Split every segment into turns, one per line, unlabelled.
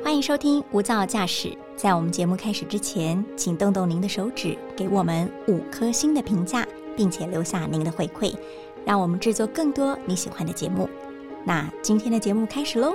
欢迎收听无噪驾驶。在我们节目开始之前，请动动您的手指，给我们5颗星的评价，并且留下您的回馈，让我们制作更多你喜欢的节目。那今天的节目开始咯。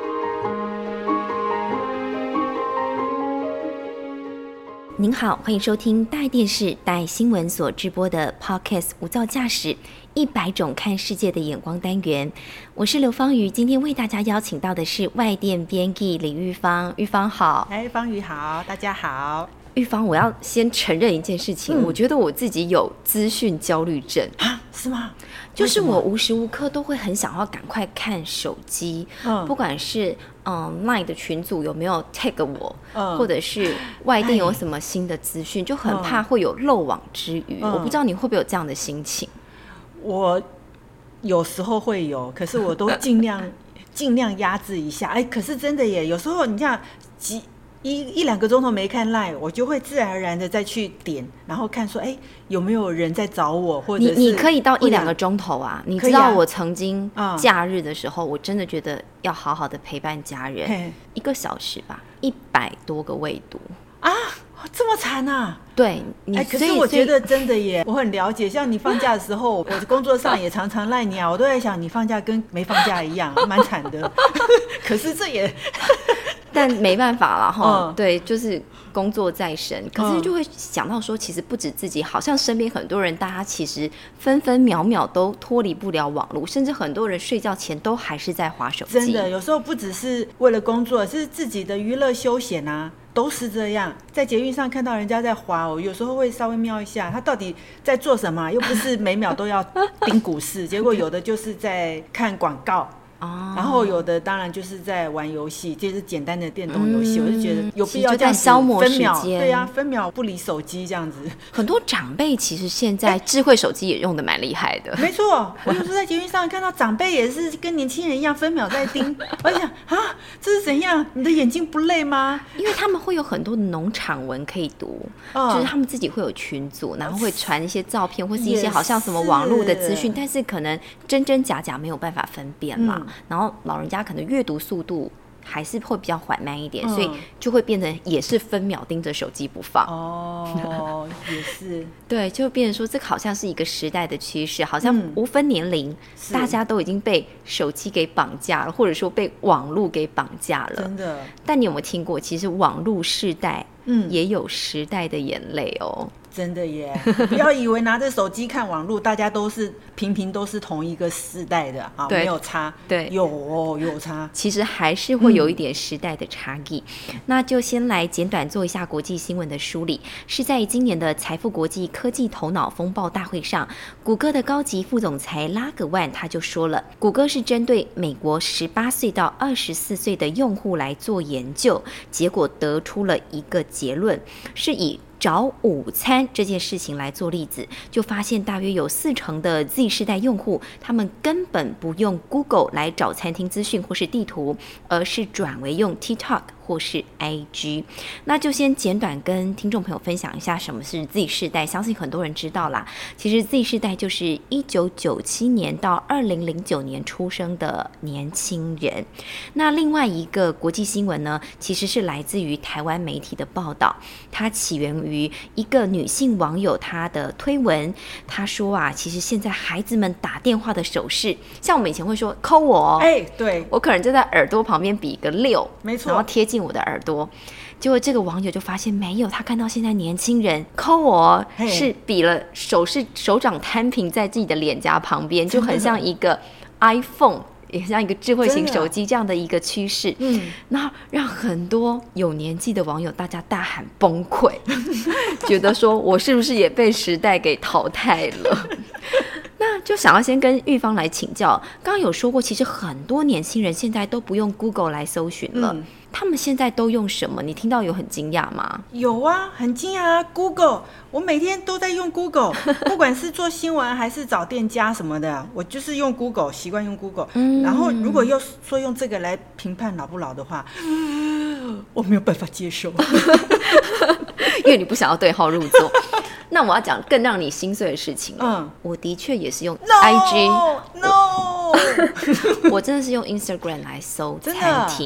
您好，欢迎收听大爱电视大爱新闻所直播的 Podcast 无噪驾驶100种看世界的眼光单元。我是刘芳瑜，今天为大家邀请到的是外电编辑李玉芳。玉芳好。
芳瑜好，大家好。
玉芳，我要先承认一件事情，我觉得我自己有资讯焦虑症
啊？是吗？
就是我无时无刻都会很想要赶快看手机，不管是LINE 的群组有没有 tag 我，或者是外电有什么新的资讯，就很怕会有漏网之鱼。我不知道你会不会有这样的心情？
我有时候会有，可是我都尽量压制一下。可是真的耶，有时候你像一两个钟头没看 LINE， 我就会自然而然的再去点，然后看说有没有人在找我，或者是
你可以到1-2个钟头啊。你知道我曾经假日的时候，我真的觉得要好好的陪伴家人，1个小时吧，100多个未读
啊，这么惨啊！
对，
可是我觉得真的耶，我很了解。像你放假的时候，我工作上也常常赖你啊，我都在想你放假跟没放假一样，蛮惨的。可是这也
但没办法啦齁，对，就是工作在身，可是就会想到说，其实不止自己，好像身边很多人，大家其实分分秒秒都脱离不了网络，甚至很多人睡觉前都还是在滑手机。
真的，有时候不只是为了工作，是自己的娱乐休闲啊，都是这样。在捷运上看到人家在滑，我有时候会稍微瞄一下，他到底在做什么？又不是每秒都要盯股市，结果有的就是在看广告。然后有的当然就是在玩游戏，就是简单的电动游戏，我就觉得有必要这样子
消磨时间。
对啊，分秒不离手机这样子。
很多长辈其实现在智慧手机也用得蛮厉害的。
没错，我有时候在捷运上看到长辈也是跟年轻人一样分秒在盯，我想啊，这是怎样？你的眼睛不累吗？
因为他们会有很多的农场文可以读，就是他们自己会有群组，然后会传一些照片或是一些好像什么网络的资讯，但是可能真真假假没有办法分辨嘛。然后老人家可能阅读速度还是会比较缓慢一点，所以就会变成也是分秒盯着手机不放。
也是。
对，就变成说这个好像是一个时代的趋势，好像无分年龄，大家都已经被手机给绑架了，或者说被网络给绑架了。
真的。
但你有没有听过，其实网络世代也有时代的眼泪哦。
真的耶，不要以为拿着手机看网络，大家都是平平都是同一个世代的啊，没有差。对，有差，
其实还是会有一点时代的差异。那就先来简短做一下国际新闻的梳理。是在今年的财富国际科技头脑风暴大会上，谷歌的高级副总裁拉格万他就说了，谷歌是针对美国18岁到24岁的用户来做研究，结果得出了一个结论，是以找午餐这件事情来做例子，就发现大约有40%的 Z 世代用户，他们根本不用 Google 来找餐厅资讯或是地图，而是转为用 TikTok 或是 IG。 那就先简短跟听众朋友分享一下什么是 Z 世代，相信很多人知道啦。其实 Z 世代就是1997年到2009年出生的年轻人。那另外一个国际新闻呢，其实是来自于台湾媒体的报道，它起源于一个女性网友她的推文。她说啊，其实现在孩子们打电话的手势，像我们以前会说call我，
对，
我可能就在耳朵旁边比一个6，
没错，
然后贴近我的耳朵。结果这个网友就发现没有，他看到现在年轻人 call 我是比了手势，手掌摊平在自己的脸颊旁边，就很像一个 iPhone，也像一个智慧型手机这样的一个趋势。那让很多有年纪的网友大家大喊崩溃，觉得说我是不是也被时代给淘汰了？那就想要先跟玉芳来请教，刚刚有说过，其实很多年轻人现在都不用 Google 来搜寻了。他们现在都用什么？你听到有很惊讶吗？
有啊，很惊讶啊 ！Google， 我每天都在用 Google， 不管是做新闻还是找店家什么的，我就是用 Google， 习惯用 Google。然后如果又说用这个来评判老不老的话，我没有办法接受，
因为你不想要对号入座。那我要讲更让你心碎的事情了。我的确也是用 IG，
No，
我真的是用 Instagram 来搜餐厅。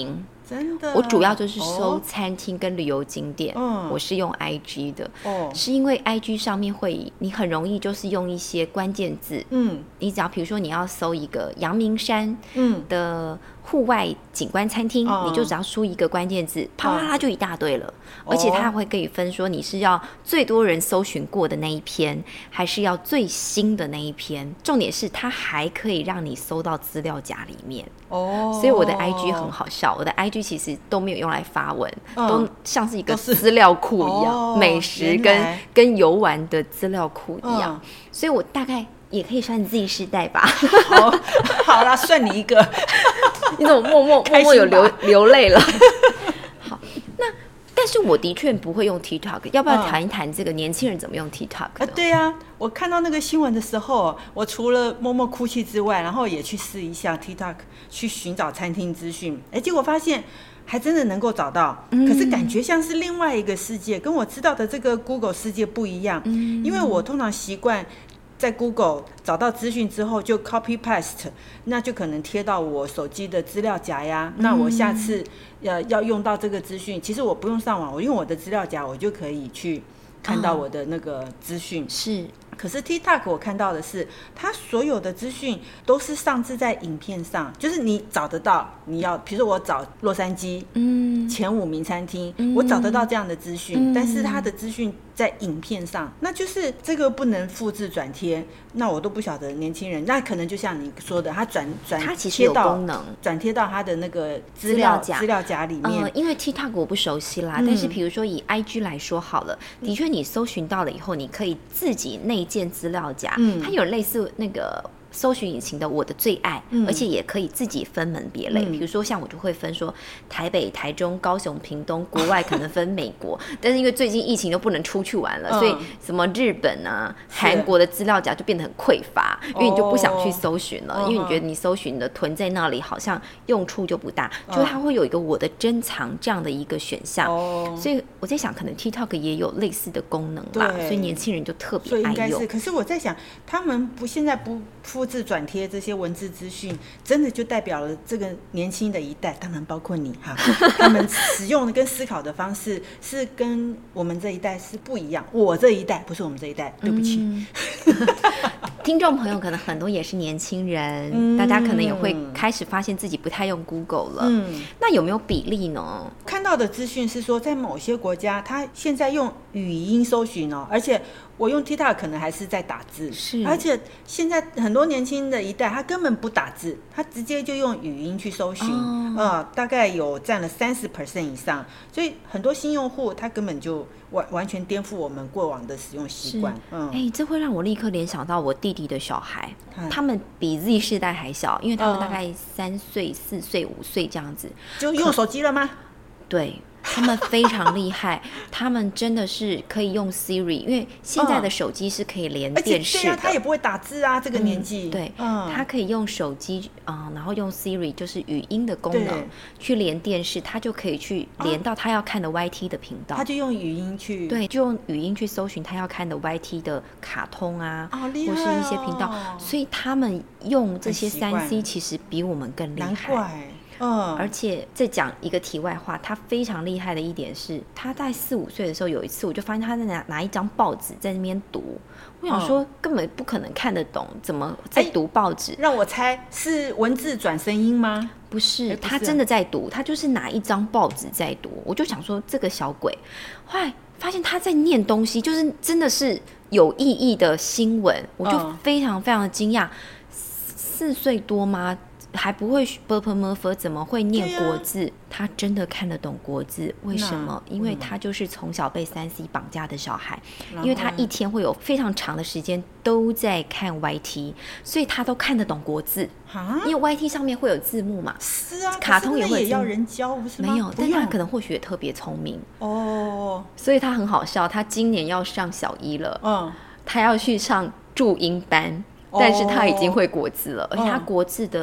真的，
我主要就是搜餐厅跟旅游景点，我是用 IG 的，是因为 IG 上面你很容易就是用一些关键字，你只要比如说你要搜一个阳明山的户外景观餐厅，你就只要输一个关键字，啪啪啪就一大堆了，而且它会给你分说你是要最多人搜寻过的那一篇，还是要最新的那一篇，重点是它还可以让你搜到资料夹里面。所以我的 IG 很好笑，我的 IG 其实都没有用来发文，都像是一个资料库一样，美食跟游玩的资料库一样，所以我大概也可以算 Z 世代吧。
好啦，算你一个。
你怎么默默有流泪了？好，但是我的确不会用 TikTok， 要不要谈一谈这个年轻人怎么用 TikTok？
对啊，我看到那个新闻的时候，我除了默默哭泣之外，然后也去试一下 TikTok 去寻找餐厅资讯，结果发现还真的能够找到，可是感觉像是另外一个世界，跟我知道的这个 Google 世界不一样。因为我通常习惯在 Google 找到资讯之后就 copy paste， 那就可能贴到我手机的资料夹呀。那我下次要用到这个资讯，其实我不用上网，我用我的资料夹，我就可以去看到我的那个资讯。
是。
可是 TikTok 我看到的是，它所有的资讯都是上置在影片上，就是你找得到，你要，比如说我找洛杉矶前5名餐厅，我找得到这样的资讯，但是它的资讯在影片上，那就是这个不能复制转贴，那我都不晓得年轻人，那可能就像你说的，它
它其实有功能，
转贴到它的那个资料夹里面。
因为 TikTok 我不熟悉啦，但是比如说以 IG 来说好了，的确你搜寻到了以后，你可以自己内建资料夹，它有类似那个搜寻引擎的我的最爱，而且也可以自己分门别类，比如说像我就会分说台北、台中、高雄、屏东，国外可能分美国但是因为最近疫情都不能出去玩了，所以什么日本啊、韩国的资料夹就变得很匮乏，因为你就不想去搜寻了，因为你觉得你搜寻的囤在那里好像用处就不大，就是它会有一个我的珍藏这样的一个选项，所以我在想可能 TikTok 也有类似的功能吧，所以年轻人就特别爱用。所以应该是，
可是我在想他们现在不复制转贴这些文字资讯，真的就代表了这个年轻的一代，当然包括你哈，他们使用的跟思考的方式是跟我们这一代是不一样。我这一代不是我们这一代，对不起。
听众朋友可能很多也是年轻人，大家可能也会开始发现自己不太用 Google 了。那有没有比例呢？
看到的资讯是说，在某些国家，他现在用语音搜寻哦，而且我用 TikTok 可能还是在打字，而且现在很多年轻的一代，他根本不打字，他直接就用语音去搜寻，大概有占了30% 以上，所以很多新用户他根本就完全颠覆我们过往的使用习惯。
这会让我立刻联想到我弟弟的小孩，他们比 Z 世代还小，因为他们大概3岁、4岁、5岁这样子，
就用手机了吗？
对。他们非常厉害，他们真的是可以用 Siri， 因为现在的手机是可以连电视的，
而且他也不会打字啊，这个年纪。
对，他可以用手机然后用 Siri 就是语音的功能去连电视，他就可以去连到他要看的 YT 的频道，
他就用语音去，
对，就用语音去搜寻他要看的 YT 的卡通啊，或是一些频道，所以他们用这些3C 其实比我们更厉害。
难怪。
而且再讲一个题外话，他非常厉害的一点是，他在4、5岁的时候，有一次我就发现他在拿一张报纸在那边读，我想说根本不可能看得懂，怎么在读报纸？
让我猜是文字转声音吗？
不是，他真的在读，他就是拿一张报纸在读。我就想说这个小鬼，后来发现他在念东西，就是真的是有意义的新闻，我就非常非常的惊讶。4岁多吗？还不会 //，怎么会念国字？他真的看得懂国字，为什么？因为他就是从小被3C 绑架的小孩，因为他一天会有非常长的时间都在看 YT， 所以他都看得懂国字。因为 YT 上面会有字幕嘛，
是啊，
卡通也会
要人教，不是吗？
没有，但他可能或许也特别聪明所以他很好笑。他今年要上小1了，他要去上注音班，但是他已经会国字了，而且他国字的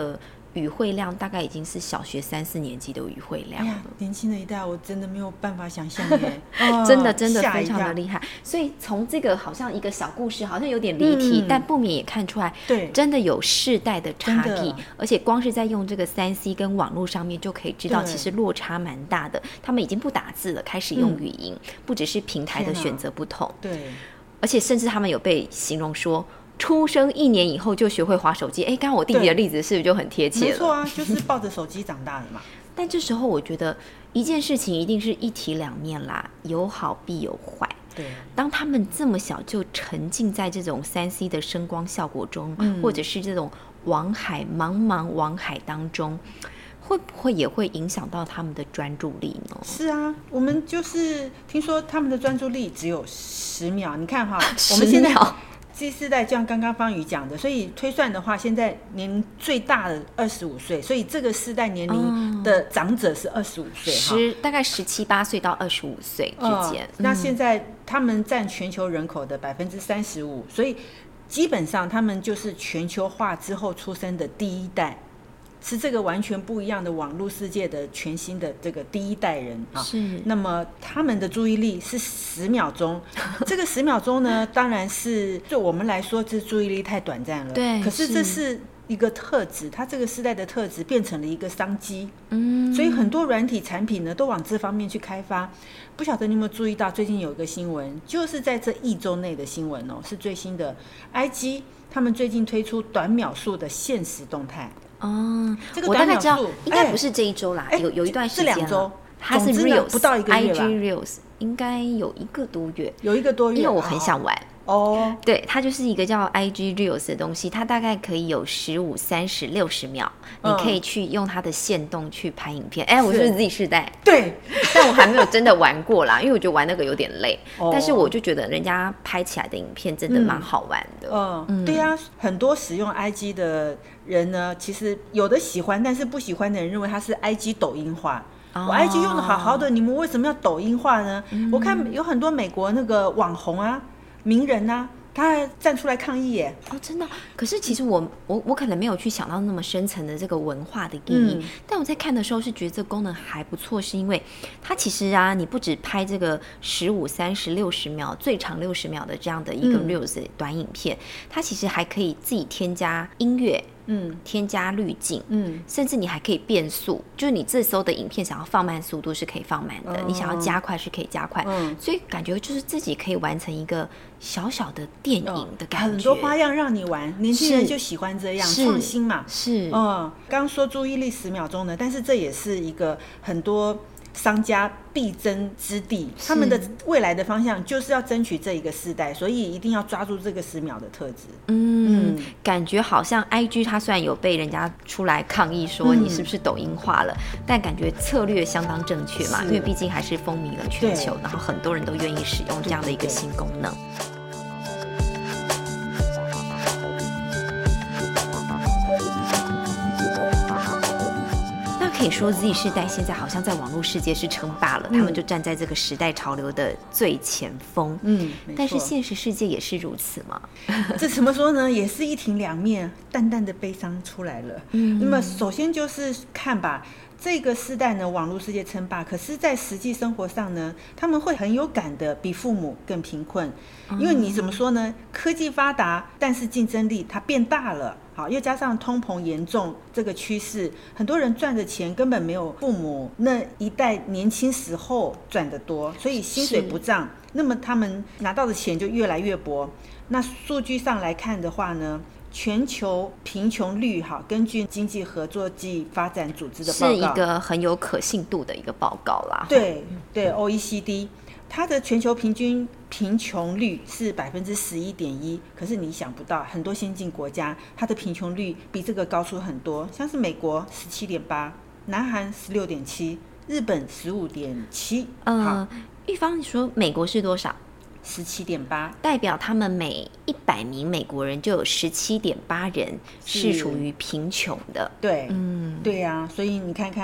语汇量大概已经是小学3、4年级的语汇量了。
年轻的一代我真的没有办法想象耶
真的非常的厉害。所以从这个好像一个小故事好像有点离题，但不免也看出来对真的有世代的差异，而且光是在用这个3C 跟网络上面就可以知道其实落差蛮大的。他们已经不打字了，开始用语音，不只是平台的选择不同，
对，
而且甚至他们有被形容说出生1年以后就学会滑手机。刚刚我弟弟的例子是不是就很贴切了？
没错啊，就是抱着手机长大的嘛。
但这时候我觉得一件事情一定是一体两面啦，有好必有坏。
对，
当他们这么小就沉浸在这种3C 的声光效果中，或者是这种茫茫网海当中，会不会也会影响到他们的专注力呢？
是啊，我们就是听说他们的专注力只有10秒。你看哈，我们现在G 世代就像刚刚方宇讲的，所以推算的话，现在年龄最大的25岁，所以这个世代年龄的长者是25岁，
大概17、18岁到25岁之间。
那现在他们占全球人口的35%，所以基本上他们就是全球化之后出生的第一代。是这个完全不一样的网络世界的全新的这个第一代人啊，
是。
那么他们的注意力是10秒钟，这个10秒钟呢，当然是对我们来说，这注意力太短暂了。
对。
可是这是一个特质，它这个世代的特质变成了一个商机。所以很多软体产品呢，都往这方面去开发。不晓得你有没有注意到，最近有一个新闻，就是在这1周内的新闻哦，是最新的 IG 他们最近推出短秒数的限时动态。这个
我大概知道，应该不是这1周啦，有一段时间了，
是2周，
它是 Reels
不到1个月吧
IG Reels 应该有1个多月，
因
为我很想玩。对，它就是一个叫 IG Reels 的东西，它大概可以有15、30、60秒，你可以去用它的限动去拍影片。我是 Z 世代，
对，
但我还没有真的玩过啦，因为我觉得玩那个有点累。但是我就觉得人家拍起来的影片真的蛮好玩的。
对啊，很多使用 IG 的人呢，其实有的喜欢，但是不喜欢的人认为它是 IG 抖音化。我 IG 用的好好的，你们为什么要抖音化呢？我看有很多美国那个网红啊、名人啊，他还站出来抗议耶。
真的。可是其实我可能没有去想到那么深层的这个文化的意义，但我在看的时候是觉得这功能还不错，是因为它其实啊，你不只拍这个15、30、60秒，最长60秒的这样的一个 Reels 短影片，它其实还可以自己添加音乐。添加滤镜，甚至你还可以变速，就是你这时候的影片想要放慢速度是可以放慢的，你想要加快是可以加快，所以感觉就是自己可以完成一个小小的电影的感觉，
很多花样让你玩，年轻人就喜欢这样创新嘛。
是，
刚刚说注意力10秒钟呢，但是这也是一个很多商家必争之地，他们的未来的方向就是要争取这一个世代，所以一定要抓住这个10秒的特质。
感觉好像 IG 它虽然有被人家出来抗议说你是不是抖音化了，但感觉策略相当正确嘛，因为毕竟还是风靡了全球，然后很多人都愿意使用这样的一个新功能。可以说 Z 世代现在好像在网络世界是称霸了，他们就站在这个时代潮流的最前锋。但是现实世界也是如此吗？
这怎么说呢？也是一体两面，淡淡的悲伤出来了。那么首先就是看吧，这个世代呢，网络世界称霸，可是在实际生活上呢，他们会很有感的比父母更贫困。因为你怎么说呢？科技发达，但是竞争力它变大了。好，又加上通膨严重这个趋势，很多人赚的钱根本没有父母那一代年轻时候赚得多，所以薪水不涨，那么他们拿到的钱就越来越薄。那数据上来看的话呢，全球贫穷率根据经济合作暨发展组织的报告，
是一个很有可信度的一个报告啦。
对 OECD， 它的全球平均贫穷率是11.1%，可是你想不到，很多先进国家它的贫穷率比这个高出很多，像是美国17.8%，南韩16.7%，日本15.7%。
玉芳，你说美国是多少
？17.8%，
代表他们每100名美国人就有17.8人是属于贫穷的。
对，对啊，所以你看看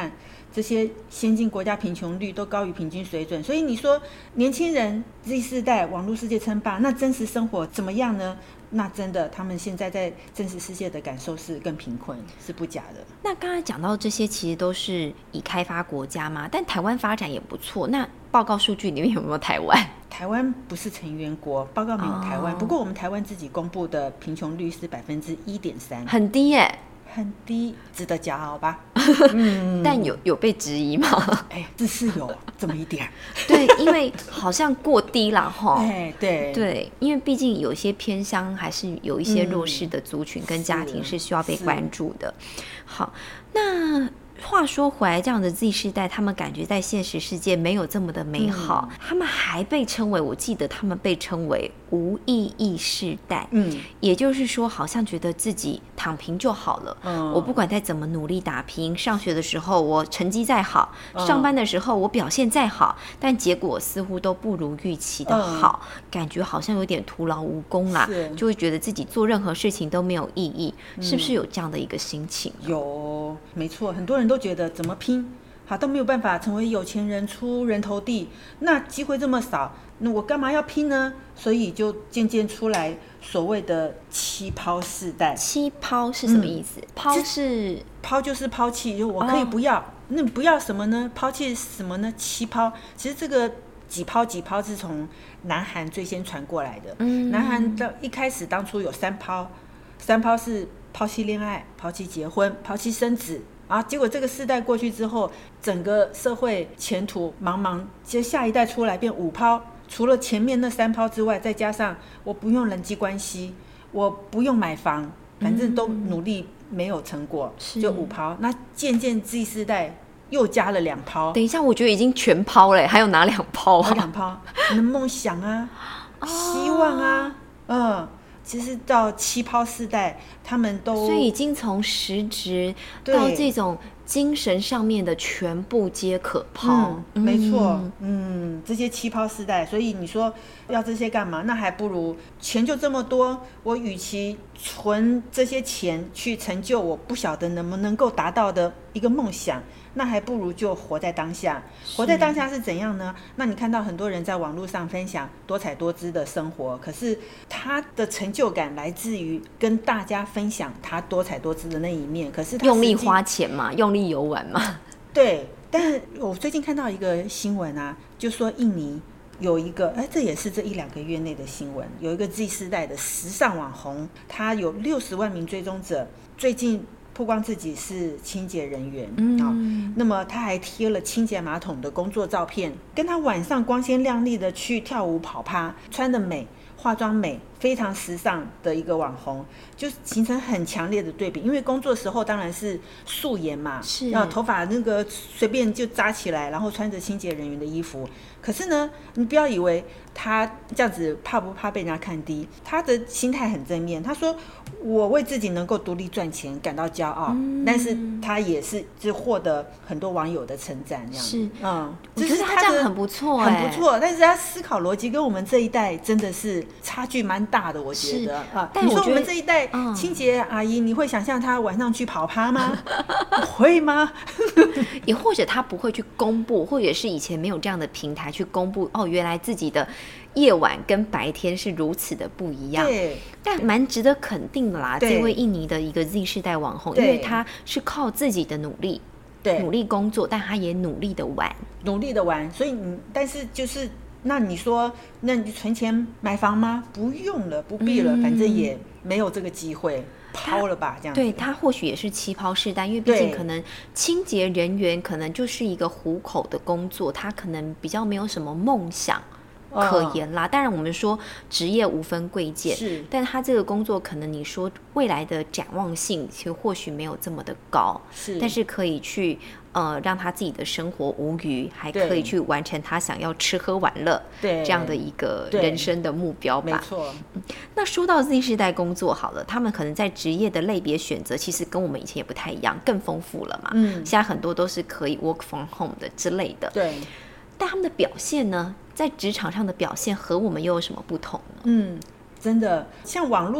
这些先进国家贫穷率都高于平均水准，所以你说年轻人 Z 世代网络世界称霸，那真实生活怎么样呢？那真的他们现在在真实世界的感受是更贫困，是不假的。
那刚才讲到这些其实都是已开发国家嘛，但台湾发展也不错，那报告数据里面有没有台湾？
台湾不是成员国，报告没有台湾，不过我们台湾自己公布的贫穷率是1.3%，
很低耶，
很低，值得骄傲吧？
但有被质疑吗？
这是有这么一点。
对，因为好像过低了哈。
对，
因为毕竟有一些偏乡还是有一些弱势的族群跟家庭是需要被关注的。好，那话说回来，这样的 Z 世代，他们感觉在现实世界没有这么的美好，他们还被称为，我记得他们被称为无意义世代，也就是说，好像觉得自己躺平就好了，我不管再怎么努力打拼，上学的时候我成绩再好，上班的时候我表现再好，但结果似乎都不如预期的好，感觉好像有点徒劳无功啦，就会觉得自己做任何事情都没有意义，是不是有这样的一个心情？
有，没错，很多人都觉得怎么拼都没有办法成为有钱人出人头地，那机会这么少，那我干嘛要拼呢？所以就渐渐出来所谓的七抛世代。
七抛是什么意思？
抛就是抛弃，就我可以不要，那你不要什么呢？抛弃什么呢？七抛，其实这个几抛是从南韩最先传过来的。南韩的一开始当初有三抛是抛弃恋爱、抛弃结婚、抛弃生子。结果这个世代过去之后，整个社会前途茫茫，接下一代出来变五抛，除了前面那三抛之外，再加上我不用人际关系，我不用买房，反正都努力没有成果，就五抛。那渐渐 Z 世代又加了两抛。
等一下，我觉得已经全抛了，还有哪两抛？
还有两抛，你的梦想啊，希望啊，其实到七抛世代，他们都
所以已经从实质到这种精神上面的全部皆可抛。
没错，这些七抛世代，所以你说要这些干嘛？那还不如钱就这么多，我与其存这些钱去成就我不晓得能不能够达到的一个梦想，那还不如就活在当下。活在当下是怎样呢？那你看到很多人在网络上分享多彩多姿的生活，可是他的成就感来自于跟大家分享他多彩多姿的那一面，可是他
用力花钱嘛，用力游玩嘛。
对，但是我最近看到一个新闻就说印尼有一个，这也是这1-2个月内的新闻，有一个 Z 世代的时尚网红，他有60万名追踪者，最近曝光自己是清洁人员，那么他还贴了清洁马桶的工作照片，跟他晚上光鲜亮丽的去跳舞跑趴，穿得美，化妆美，非常时尚的一个网红，就形成很强烈的对比。因为工作时候当然是素颜嘛，然后头发那个随便就扎起来，然后穿着清洁人员的衣服。可是呢，你不要以为他这样子怕不怕被人家看低，他的心态很正面。他说我为自己能够独立赚钱感到骄傲，但是他也是就获得很多网友的称赞，这样子。
我觉得他这样很不错，
很不错。但是他思考逻辑跟我们这一代真的是差距蛮大的，我觉得但你说我们这一代清洁阿姨，你会想象她晚上去跑趴吗？会吗？
也或者她不会去公布，或者是以前没有这样的平台去公布原来自己的夜晚跟白天是如此的不一样。
对，
但蛮值得肯定的啦，这位印尼的一个 Z 世代网红，因为他是靠自己的努力，努力工作，但他也努力的玩，
所以但是就是那你说，那你存钱买房吗？不用了，不必了，反正也没有这个机会，抛了吧，这样子。对，
他或许也是七抛世代，因为毕竟可能清洁人员可能就是一个糊口的工作，他可能比较没有什么梦想可言啦。当然我们说职业无分贵贱，但他这个工作可能你说未来的展望性其实或许没有这么的高，但是可以去让他自己的生活无虞，还可以去完成他想要吃喝玩乐这样的一个人生的目标吧。
没错。
那说到 Z 世代工作好了，他们可能在职业的类别选择其实跟我们以前也不太一样，更丰富了嘛。现在很多都是可以 work from home 的之类的。
对。
但他们的表现呢，在职场上的表现和我们又有什么不同呢？
真的，像网络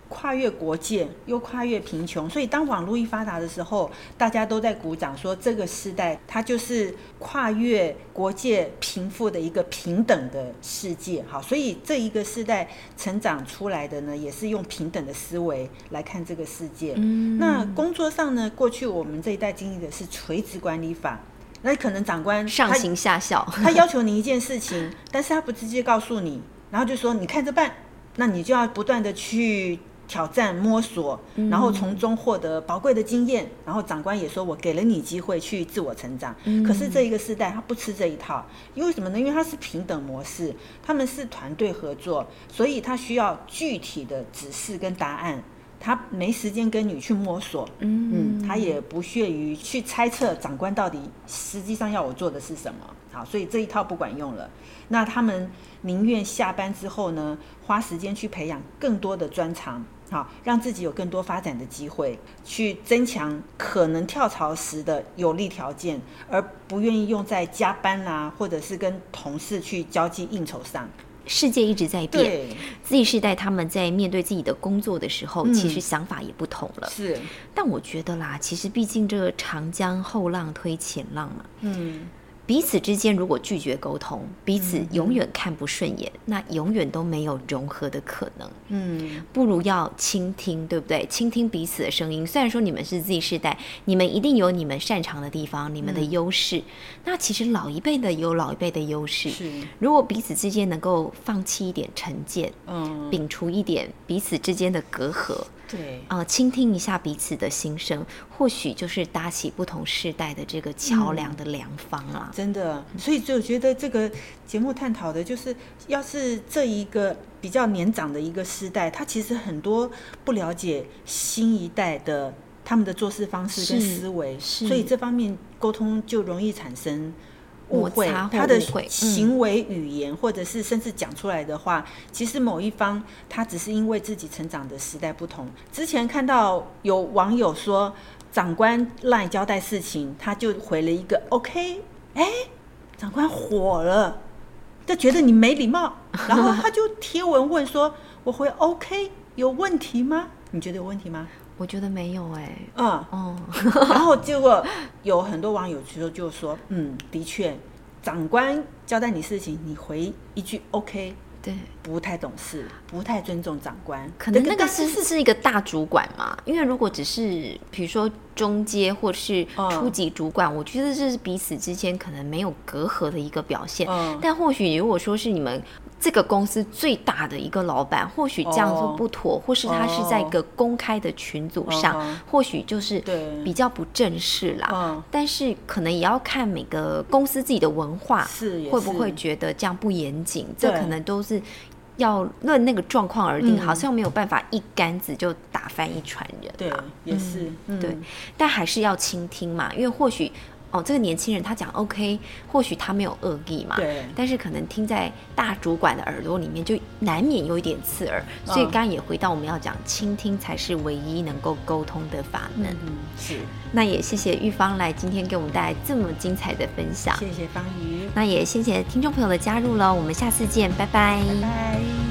跨越国界又跨越贫穷，所以当网络一发达的时候，大家都在鼓掌说这个世代它就是跨越国界贫富的一个平等的世界。好，所以这一个世代成长出来的呢，也是用平等的思维来看这个世界。那工作上呢，过去我们这一代经历的是垂直管理法，那可能长官
上行下效，
他要求你一件事情，但是他不直接告诉你，然后就说你看着办，那你就要不断的去挑战摸索，然后从中获得宝贵的经验，然后长官也说我给了你机会去自我成长。可是这一个世代他不吃这一套，因为什么呢？因为他是平等模式，他们是团队合作，所以他需要具体的指示跟答案，他没时间跟你去摸索，他也不屑于去猜测长官到底实际上要我做的是什么。好，所以这一套不管用了。那他们宁愿下班之后呢，花时间去培养更多的专长，好，让自己有更多发展的机会，去增强可能跳槽时的有利条件，而不愿意用在加班啊，或者是跟同事去交际应酬上。
世界一直在变，Z 世代他们在面对自己的工作的时候，其实想法也不同了。
是，
但我觉得啦，其实毕竟这个长江后浪推前浪嘛，彼此之间如果拒绝沟通，彼此永远看不顺眼，那永远都没有融合的可能。不如要倾听，对不对？倾听彼此的声音。虽然说你们是 Z 世代，你们一定有你们擅长的地方，你们的优势。那其实老一辈的有老一辈的优势。如果彼此之间能够放弃一点成见，摒除一点彼此之间的隔阂。
对，
倾听一下彼此的心声，或许就是搭起不同世代的这个桥梁的良方啊。
真的，所以就觉得这个节目探讨的就是，要是这一个比较年长的一个世代，他其实很多不了解新一代的他们的做事方式跟思维，所以这方面沟通就容易产生误会，他的行为语言或者是甚至讲出来的话，其实某一方他只是因为自己成长的时代不同。之前看到有网友说，长官LINE交代事情，他就回了一个 OK， 长官火了，就觉得你没礼貌，然后他就贴文问说，我回 OK 有问题吗？你觉得有问题吗？
我觉得没有
然后结果有很多网友就说，的确，长官交代你事情，你回一句 OK，
对，
不太懂事，不太尊重长官。
可能那个是一个大主管嘛，因为如果只是比如说中阶或是初级主管，我觉得这是彼此之间可能没有隔阂的一个表现。但或许如果说是你们这个公司最大的一个老板，或许这样做不妥，或是他是在一个公开的群组上，或许就是比较不正式啦。但是可能也要看每个公司自己的文化，会不会觉得这样不严谨，这可能都是要论那个状况而定，好像没有办法一竿子就打翻一船人。
对，也是，
对，但还是要倾听嘛，因为或许这个年轻人他讲 OK， 或许他没有恶意嘛，
对，
但是可能听在大主管的耳朵里面就难免有一点刺耳，所以刚刚也回到我们要讲倾听才是唯一能够沟通的法门。
是。
那也谢谢玉芳来今天给我们带来这么精彩的分享，
谢谢方瑜，
那也谢谢听众朋友的加入了，我们下次见，拜拜，
拜拜。